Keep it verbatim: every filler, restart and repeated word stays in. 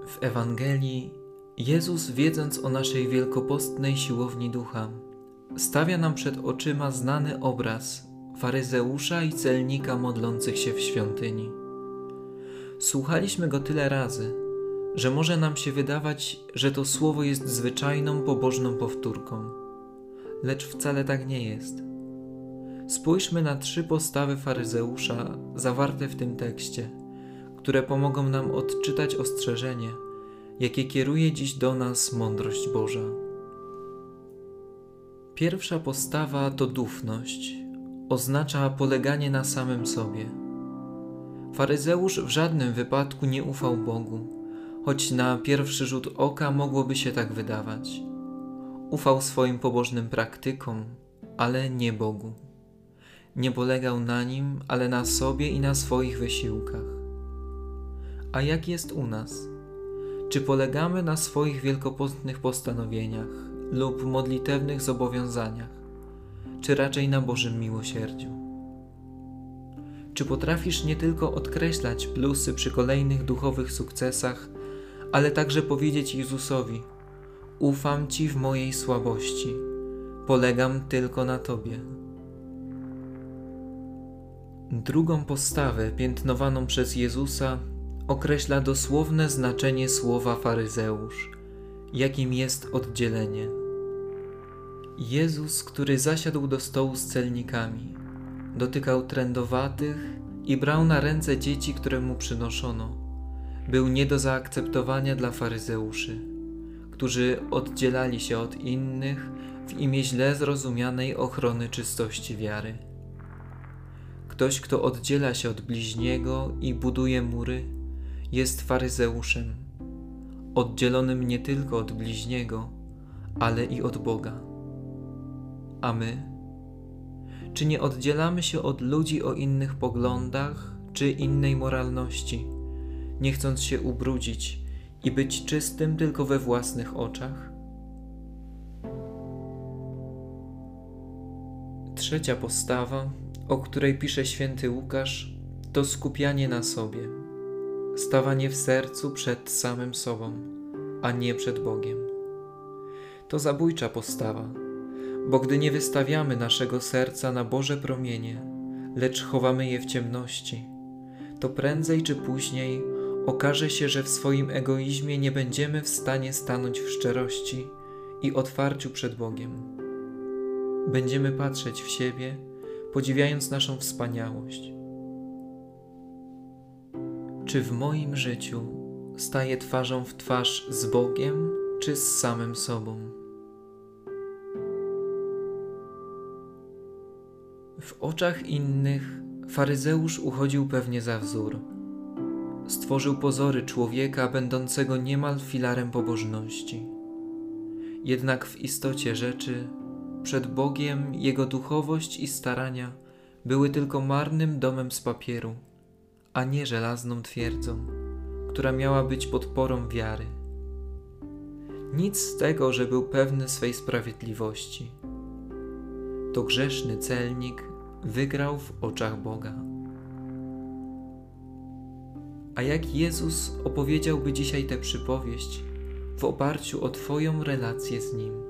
W Ewangelii Jezus, wiedząc o naszej wielkopostnej siłowni ducha, stawia nam przed oczyma znany obraz faryzeusza i celnika modlących się w świątyni. Słuchaliśmy go tyle razy, że może nam się wydawać, że to słowo jest zwyczajną, pobożną powtórką. Lecz wcale tak nie jest. Spójrzmy na trzy postawy faryzeusza zawarte w tym tekście, które pomogą nam odczytać ostrzeżenie, jakie kieruje dziś do nas mądrość Boża. Pierwsza postawa to dufność. Oznacza poleganie na samym sobie. Faryzeusz w żadnym wypadku nie ufał Bogu, choć na pierwszy rzut oka mogłoby się tak wydawać. Ufał swoim pobożnym praktykom, ale nie Bogu. Nie polegał na Nim, ale na sobie i na swoich wysiłkach. A jak jest u nas? Czy polegamy na swoich wielkopostnych postanowieniach lub modlitewnych zobowiązaniach, czy raczej na Bożym miłosierdziu? Czy potrafisz nie tylko odkreślać plusy przy kolejnych duchowych sukcesach, ale także powiedzieć Jezusowi: ufam Ci w mojej słabości, polegam tylko na Tobie. Drugą postawę piętnowaną przez Jezusa określa dosłowne znaczenie słowa faryzeusz, jakim jest oddzielenie. Jezus, który zasiadł do stołu z celnikami, dotykał trędowatych i brał na ręce dzieci, które mu przynoszono, był nie do zaakceptowania dla faryzeuszy, którzy oddzielali się od innych w imię źle zrozumianej ochrony czystości wiary. Ktoś, kto oddziela się od bliźniego i buduje mury, jest faryzeuszem, oddzielonym nie tylko od bliźniego, ale i od Boga. A my? Czy nie oddzielamy się od ludzi o innych poglądach czy innej moralności, nie chcąc się ubrudzić i być czystym tylko we własnych oczach? Trzecia postawa, o której pisze święty Łukasz, to skupianie na sobie, stawanie w sercu przed samym sobą, a nie przed Bogiem. To zabójcza postawa, bo gdy nie wystawiamy naszego serca na Boże promienie, lecz chowamy je w ciemności, to prędzej czy później okaże się, że w swoim egoizmie nie będziemy w stanie stanąć w szczerości i otwarciu przed Bogiem. Będziemy patrzeć w siebie, podziwiając naszą wspaniałość. Czy w moim życiu staję twarzą w twarz z Bogiem, czy z samym sobą? W oczach innych faryzeusz uchodził pewnie za wzór. Stworzył pozory człowieka będącego niemal filarem pobożności. Jednak w istocie rzeczy przed Bogiem jego duchowość i starania były tylko marnym domem z papieru, a nie żelazną twierdzą, która miała być podporą wiary. Nic z tego, że był pewny swej sprawiedliwości. To grzeszny celnik wygrał w oczach Boga. A jak Jezus opowiedziałby dzisiaj tę przypowieść w oparciu o Twoją relację z Nim?